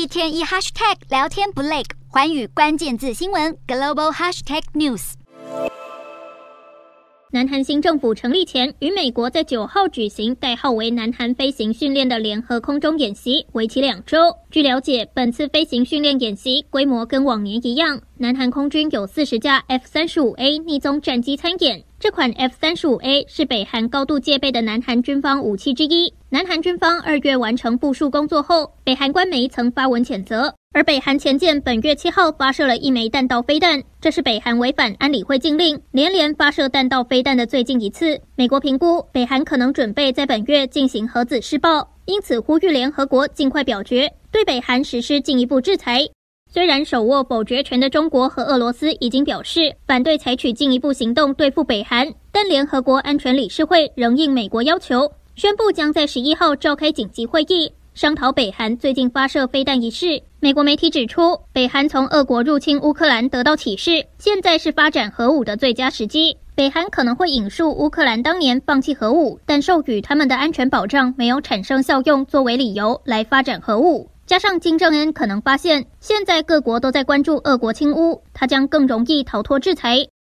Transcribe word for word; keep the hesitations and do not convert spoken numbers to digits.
天一 hashtag 聊天不累，寰宇关键字新闻 global hashtag news。 南韩新政府成立前，与美国在九号举行代号为南韩飞行训练的联合空中演习，为期两周。据了解，本次飞行训练演习规模跟往年一样，南韩空军有四十架 F 三十五 A 逆踪战机参演。这款 F 三十五 A 是北韩高度戒备的南韩军方武器之一。南韩军方二月完成部署工作后，北韩官媒曾发文谴责。而北韩前舰本月七号发射了一枚弹道飞弹，这是北韩违反安理会禁令，连连发射弹道飞弹的最近一次。美国评估北韩可能准备在本月进行核子试爆，因此呼吁联合国尽快表决，对北韩实施进一步制裁。虽然手握否决权的中国和俄罗斯已经表示反对采取进一步行动对付北韩，但联合国安全理事会仍应美国要求，宣布将在十一号召开紧急会议，商讨北韩最近发射飞弹一事。美国媒体指出，北韩从俄国入侵乌克兰得到启示，现在是发展核武的最佳时机。北韩可能会引述乌克兰当年放弃核武，但授予他们的安全保障没有产生效用作为理由来发展核武。加上金正恩可能发现，现在各国都在关注俄国侵乌，他将更容易逃脱制裁。